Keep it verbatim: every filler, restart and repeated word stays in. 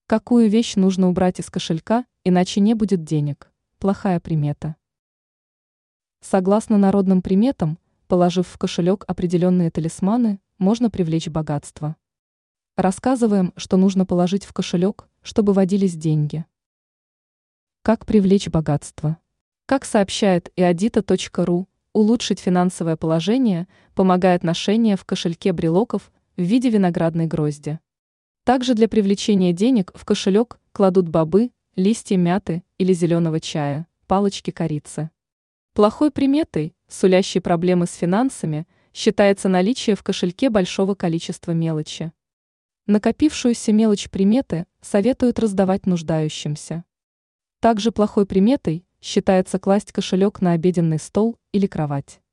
Какую вещь нужно убрать из кошелька, иначе не будет денег? Плохая примета. Согласно народным приметам, положив в кошелек определенные талисманы, можно привлечь богатство. Рассказываем, что нужно положить в кошелек, чтобы водились деньги. Как привлечь богатство? Как сообщает и адита точка ру, улучшить финансовое положение помогает ношение в кошельке брелоков в виде виноградной грозди. Также для привлечения денег в кошелек кладут бобы, листья мяты или зеленого чая, палочки корицы. Плохой приметой, сулящей проблемы с финансами, считается наличие в кошельке большого количества мелочи. Накопившуюся мелочь приметы советуют раздавать нуждающимся. Также плохой приметой считается класть кошелек на обеденный стол или кровать.